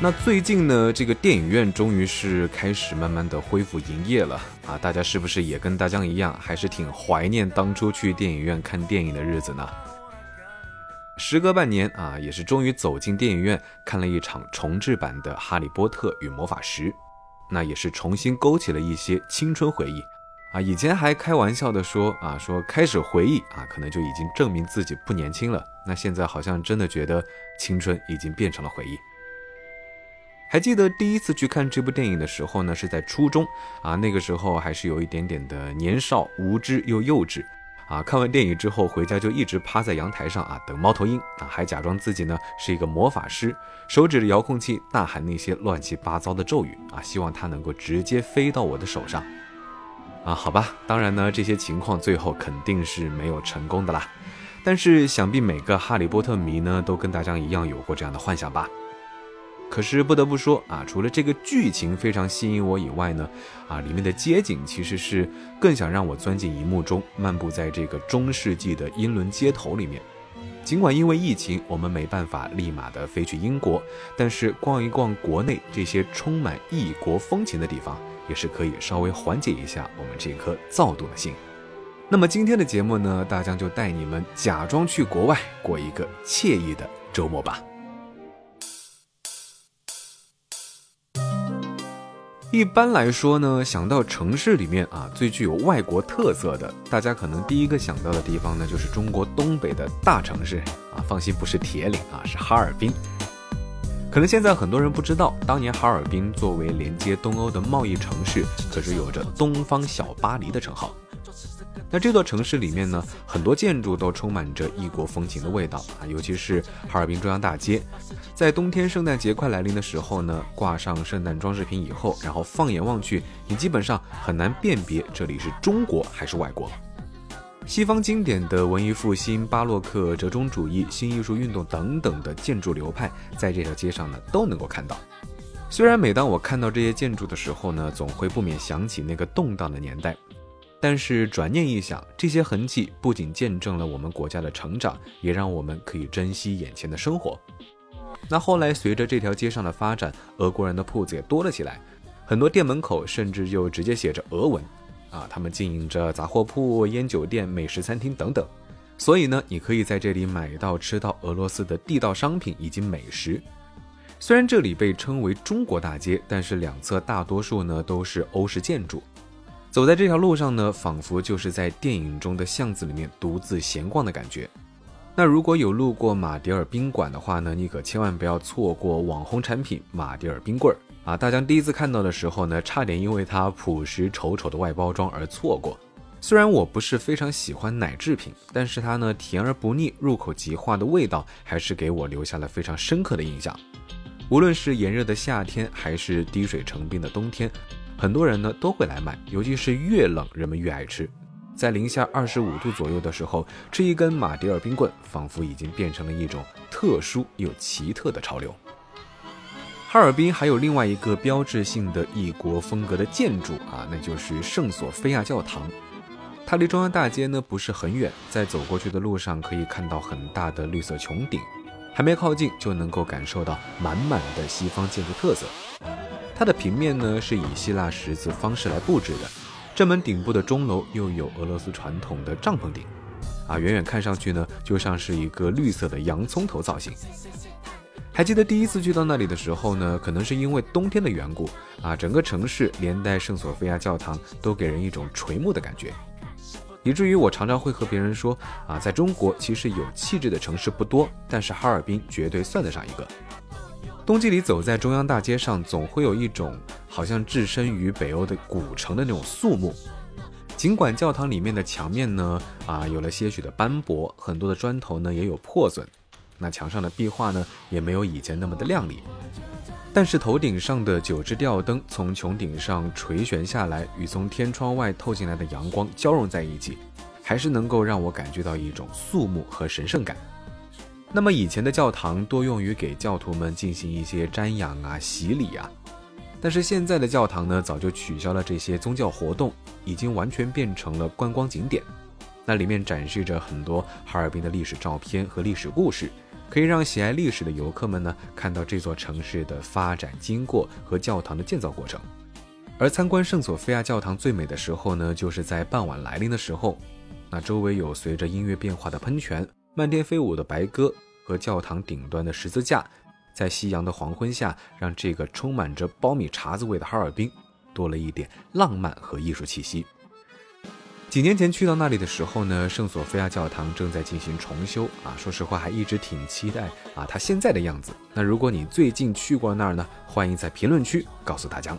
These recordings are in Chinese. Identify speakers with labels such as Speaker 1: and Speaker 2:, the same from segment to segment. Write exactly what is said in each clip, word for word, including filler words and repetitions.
Speaker 1: 那最近呢，这个电影院终于是开始慢慢的恢复营业了啊！大家是不是也跟大江一样，还是挺怀念当初去电影院看电影的日子呢？时隔半年啊，也是终于走进电影院看了一场重制版的《哈利波特与魔法石》，那也是重新勾起了一些青春回忆啊！以前还开玩笑的说啊，说开始回忆啊，可能就已经证明自己不年轻了。那现在好像真的觉得青春已经变成了回忆。还记得第一次去看这部电影的时候呢，是在初中啊，那个时候还是有一点点的年少无知又幼稚啊。看完电影之后回家就一直趴在阳台上啊等猫头鹰啊，还假装自己呢是一个魔法师，手指着遥控器大喊那些乱七八糟的咒语啊，希望它能够直接飞到我的手上啊。好吧，当然呢这些情况最后肯定是没有成功的啦，但是想必每个哈利波特迷呢都跟大家一样有过这样的幻想吧。可是不得不说啊，除了这个剧情非常吸引我以外呢，啊，里面的街景其实是更想让我钻进荧幕中，漫步在这个中世纪的英伦街头里面。尽管因为疫情我们没办法立马的飞去英国，但是逛一逛国内这些充满异国风情的地方，也是可以稍微缓解一下我们这颗躁动的心。那么今天的节目呢，大江就带你们假装去国外过一个惬意的周末吧。一般来说呢，想到城市里面啊最具有外国特色的，大家可能第一个想到的地方呢，就是中国东北的大城市啊。放心，不是铁岭啊，是哈尔滨。可能现在很多人不知道，当年哈尔滨作为连接东欧的贸易城市，可是有着东方小巴黎的称号。那这座城市里面呢，很多建筑都充满着异国风情的味道啊，尤其是哈尔滨中央大街。在冬天圣诞节快来临的时候呢，挂上圣诞装饰品以后，然后放眼望去，你基本上很难辨别这里是中国还是外国。西方经典的文艺复兴、巴洛克、折中主义、新艺术运动等等的建筑流派，在这条街上呢都能够看到。虽然每当我看到这些建筑的时候呢，总会不免想起那个动荡的年代，但是转念一想，这些痕迹不仅见证了我们国家的成长，也让我们可以珍惜眼前的生活。那后来随着这条街上的发展，俄国人的铺子也多了起来，很多店门口甚至就直接写着俄文啊，他们经营着杂货铺、烟酒店、美食餐厅等等。所以呢，你可以在这里买到吃到俄罗斯的地道商品以及美食。虽然这里被称为中国大街，但是两侧大多数呢都是欧式建筑。走在这条路上呢，仿佛就是在电影中的巷子里面独自闲逛的感觉。那如果有路过马迭尔宾馆的话呢，你可千万不要错过网红产品马迭尔冰棍啊！大家第一次看到的时候呢，差点因为它朴实丑丑的外包装而错过。虽然我不是非常喜欢奶制品，但是它呢甜而不腻，入口即化的味道还是给我留下了非常深刻的印象。无论是炎热的夏天还是滴水成冰的冬天，很多人呢都会来买，尤其是越冷人们越爱吃。在零下二十五度左右的时候，吃一根马迭尔冰棍仿佛已经变成了一种特殊又奇特的潮流。哈尔滨还有另外一个标志性的异国风格的建筑啊，那就是圣索菲亚教堂。它离中央大街呢不是很远，在走过去的路上可以看到很大的绿色穹顶，还没靠近就能够感受到满满的西方建筑特色。它的平面呢是以希腊十字方式来布置的，正门顶部的钟楼又有俄罗斯传统的帐篷顶啊，远远看上去呢就像是一个绿色的洋葱头造型。还记得第一次去到那里的时候呢，可能是因为冬天的缘故啊，整个城市连带圣索菲亚教堂都给人一种垂暮的感觉，以至于我常常会和别人说啊，在中国其实有气质的城市不多，但是哈尔滨绝对算得上一个。冬季里走在中央大街上，总会有一种好像置身于北欧的古城的那种肃穆。尽管教堂里面的墙面呢啊有了些许的斑驳，很多的砖头呢也有破损，那墙上的壁画呢也没有以前那么的亮丽，但是头顶上的九只吊灯从穹顶上垂悬下来，与从天窗外透进来的阳光交融在一起，还是能够让我感觉到一种肃穆和神圣感。那么以前的教堂多用于给教徒们进行一些瞻仰啊、洗礼啊，但是现在的教堂呢，早就取消了这些宗教活动，已经完全变成了观光景点。那里面展示着很多哈尔滨的历史照片和历史故事， 可以让喜爱历史的游客们呢看到这座城市的发展经过和教堂的建造过程。而参观圣索菲亚教堂最美的时候呢，就是在傍晚来临的时候，那周围有随着音乐变化的喷泉、漫天飞舞的白鸽和教堂顶端的十字架，在夕阳的黄昏下，让这个充满着苞米碴子味的哈尔滨多了一点浪漫和艺术气息。几年前去到那里的时候呢，圣索菲亚教堂正在进行重修啊，说实话还一直挺期待啊它现在的样子。那如果你最近去过那儿呢，欢迎在评论区告诉大家。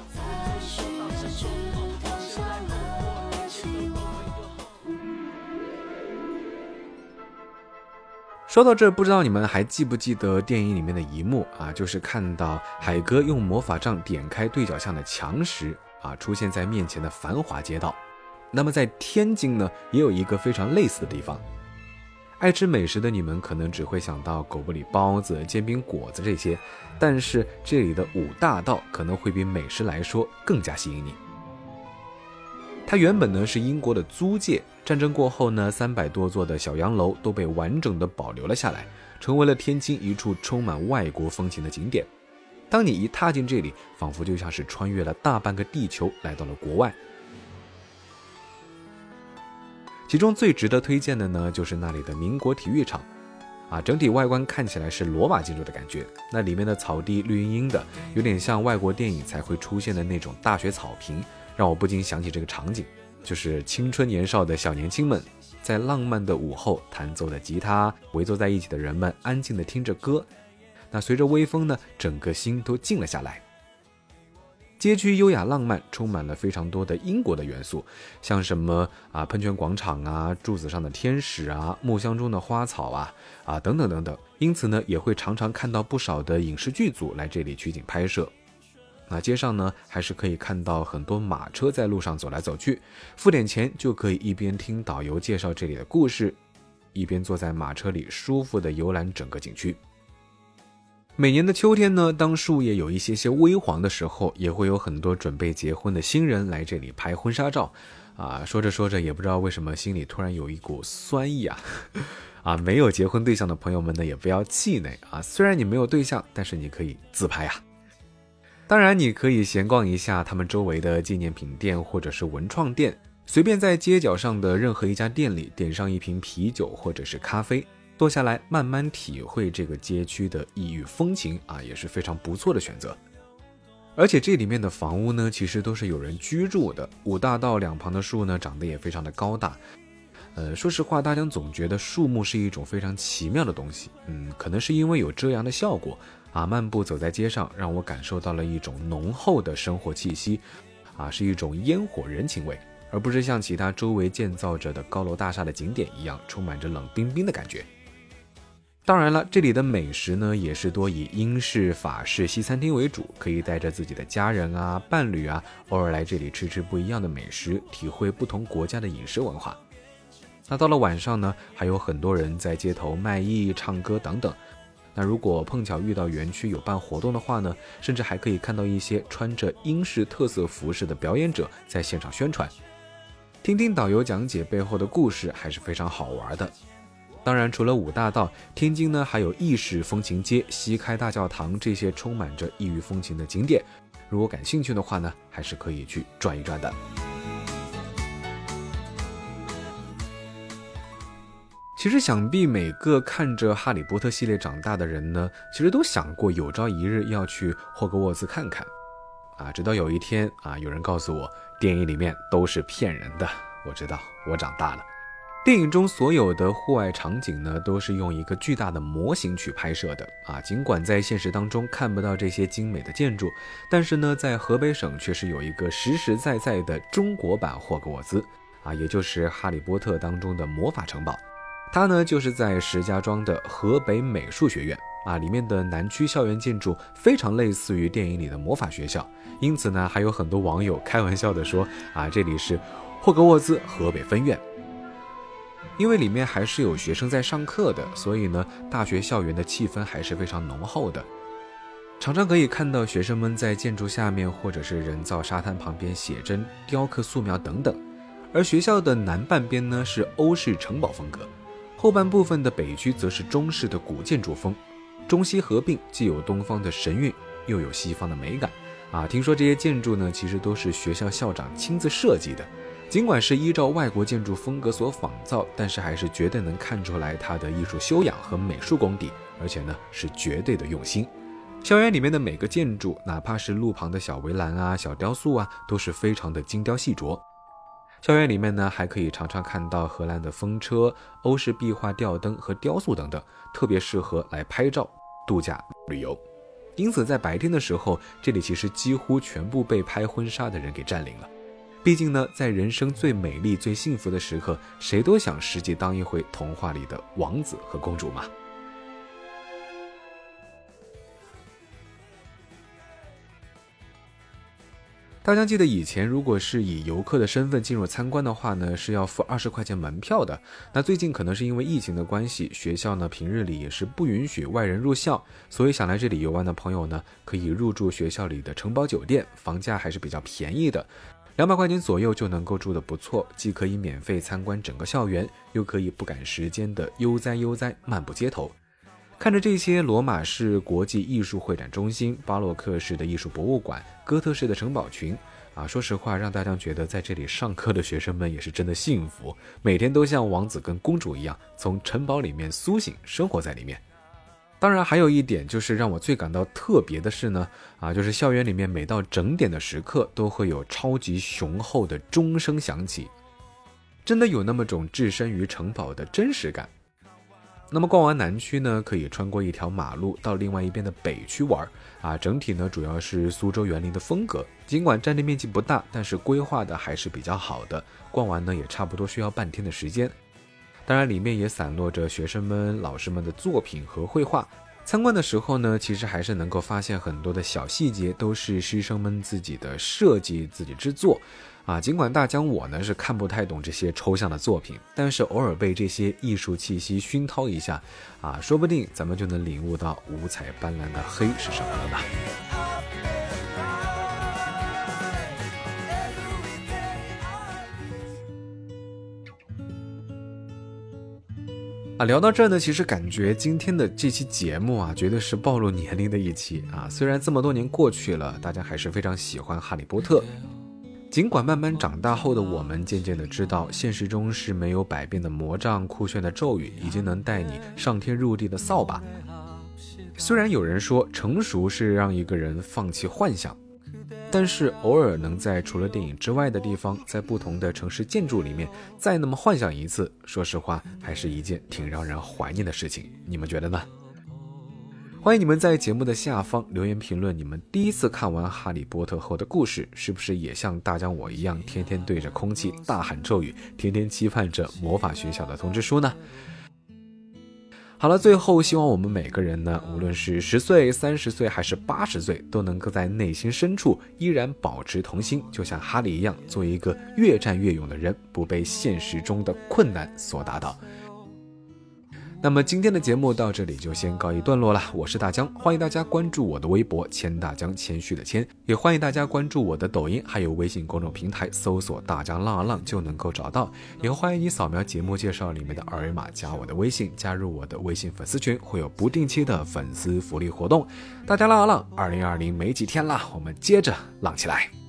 Speaker 1: 说到这，不知道你们还记不记得电影里面的一幕啊，就是看到海哥用魔法杖点开对角巷的墙时啊，出现在面前的繁华街道。那么在天津呢，也有一个非常类似的地方。爱吃美食的你们可能只会想到狗不理包子、煎饼果子这些，但是这里的五大道可能会比美食来说更加吸引你。它原本呢是英国的租界，战争过后呢，三百多座的小洋楼都被完整的保留了下来，成为了天津一处充满外国风情的景点。当你一踏进这里，仿佛就像是穿越了大半个地球，来到了国外。其中最值得推荐的呢，就是那里的民国体育场啊，整体外观看起来是罗马建筑的感觉，那里面的草地绿茵茵的，有点像外国电影才会出现的那种大学草坪，让我不禁想起这个场景，就是青春年少的小年轻们在浪漫的午后弹奏的吉他，围坐在一起的人们安静地听着歌，那随着微风呢，整个心都静了下来。街区优雅浪漫，充满了非常多的英国的元素，像什么啊喷泉广场啊、柱子上的天使啊、木箱中的花草啊啊等等等等。因此呢，也会常常看到不少的影视剧组来这里取景拍摄。那街上呢，还是可以看到很多马车在路上走来走去，付点钱就可以一边听导游介绍这里的故事，一边坐在马车里舒服地游览整个景区。每年的秋天呢，当树叶有一些些微黄的时候，也会有很多准备结婚的新人来这里拍婚纱照啊。说着说着，也不知道为什么心里突然有一股酸意啊啊！没有结婚对象的朋友们呢，也不要气馁啊。虽然你没有对象，但是你可以自拍啊。当然，你可以闲逛一下他们周围的纪念品店或者是文创店，随便在街角上的任何一家店里点上一瓶啤酒或者是咖啡，坐下来慢慢体会这个街区的异域风情啊，也是非常不错的选择。而且这里面的房屋呢，其实都是有人居住的。五大道两旁的树呢，长得也非常的高大。呃，说实话，大家总觉得树木是一种非常奇妙的东西。嗯，可能是因为有遮阳的效果啊。漫步走在街上，让我感受到了一种浓厚的生活气息啊，是一种烟火人情味，而不是像其他周围建造着的高楼大厦的景点一样，充满着冷冰冰的感觉。当然了，这里的美食呢，也是多以英式、法式、西餐厅为主，可以带着自己的家人啊、伴侣啊，偶尔来这里吃吃不一样的美食，体会不同国家的饮食文化。那到了晚上呢，还有很多人在街头卖艺、唱歌等等。那如果碰巧遇到园区有办活动的话呢，甚至还可以看到一些穿着英式特色服饰的表演者在现场宣传，听听导游讲解背后的故事，还是非常好玩的。当然，除了五大道，天津呢还有意式风情街、西开大教堂这些充满着异域风情的景点，如果感兴趣的话呢，还是可以去转一转的。其实想必每个看着哈利波特系列长大的人呢，其实都想过有朝一日要去霍格沃兹看看啊，直到有一天啊，有人告诉我电影里面都是骗人的，我知道我长大了。电影中所有的户外场景呢，都是用一个巨大的模型去拍摄的啊。尽管在现实当中看不到这些精美的建筑，但是呢，在河北省却是有一个实实在在的中国版霍格沃兹啊，也就是哈利波特当中的魔法城堡。它呢，就是在石家庄的河北美术学院啊，里面的南区校园建筑非常类似于电影里的魔法学校，因此呢，还有很多网友开玩笑的说啊，这里是霍格沃兹河北分院。因为里面还是有学生在上课的，所以呢，大学校园的气氛还是非常浓厚的。常常可以看到学生们在建筑下面或者是人造沙滩旁边写真、雕刻、素描等等。而学校的南半边呢是欧式城堡风格， 后半部分的北区则是中式的古建筑风，中西合并，既有东方的神韵，又有西方的美感啊。听说这些建筑呢，其实都是学校校长亲自设计的，尽管是依照外国建筑风格所仿造，但是还是绝对能看出来它的艺术修养和美术功底，而且呢是绝对的用心。校园里面的每个建筑，哪怕是路旁的小围栏啊、小雕塑啊，都是非常的精雕细琢。校园里面呢，还可以常常看到荷兰的风车、欧式壁画吊灯和雕塑等等，特别适合来拍照、度假、旅游。因此在白天的时候，这里其实几乎全部被拍婚纱的人给占领了。毕竟呢，在人生最美丽、最幸福的时刻，谁都想实际当一回童话里的王子和公主嘛。大家记得以前如果是以游客的身份进入参观的话呢，是要付二十块钱门票的。那最近可能是因为疫情的关系，学校呢平日里也是不允许外人入校，所以想来这里游玩的朋友呢，可以入住学校里的城堡酒店，房价还是比较便宜的，两百块钱左右就能够住得不错，既可以免费参观整个校园，又可以不赶时间的悠哉悠哉漫步街头。看着这些罗马式国际艺术会展中心、巴洛克式的艺术博物馆、哥特式的城堡群啊，说实话让大家觉得在这里上课的学生们也是真的幸福，每天都像王子跟公主一样从城堡里面苏醒，生活在里面。当然还有一点就是让我最感到特别的是呢，啊，就是校园里面每到整点的时刻都会有超级雄厚的钟声响起，真的有那么种置身于城堡的真实感。那么逛完南区呢，可以穿过一条马路到另外一边的北区玩啊，整体呢主要是苏州园林的风格，尽管占地面积不大，但是规划的还是比较好的，逛完呢也差不多需要半天的时间。当然里面也散落着学生们、老师们的作品和绘画，参观的时候呢，其实还是能够发现很多的小细节都是师生们自己的设计、自己制作啊。尽管大江我呢是看不太懂这些抽象的作品，但是偶尔被这些艺术气息熏陶一下啊，说不定咱们就能领悟到五彩斑斓的黑是什么了呢？啊，聊到这呢，其实感觉今天的这期节目啊，绝对是暴露年龄的一期啊。虽然这么多年过去了，大家还是非常喜欢哈利波特。尽管慢慢长大后的我们渐渐的知道，现实中是没有百变的魔杖、酷炫的咒语，以及能带你上天入地的扫把。虽然有人说成熟是让一个人放弃幻想，但是偶尔能在除了电影之外的地方，在不同的城市建筑里面再那么幻想一次，说实话还是一件挺让人怀念的事情，你们觉得呢？欢迎你们在节目的下方留言评论你们第一次看完哈利波特后的故事，是不是也像大江我一样天天对着空气大喊咒语，天天期盼着魔法学校的通知书呢？好了，最后希望我们每个人呢，无论是十岁、三十岁还是八十岁，都能够在内心深处依然保持童心，就像哈利一样，做一个越战越勇的人，不被现实中的困难所打倒。那么今天的节目到这里就先告一段落了，我是大江，欢迎大家关注我的微博谦大江，谦虚的谦，也欢迎大家关注我的抖音还有微信公众平台，搜索大江浪啊浪就能够找到，也欢迎你扫描节目介绍里面的二维码加我的微信，加入我的微信粉丝群，会有不定期的粉丝福利活动。大家浪啊浪，二零二零没几天了，我们接着浪起来。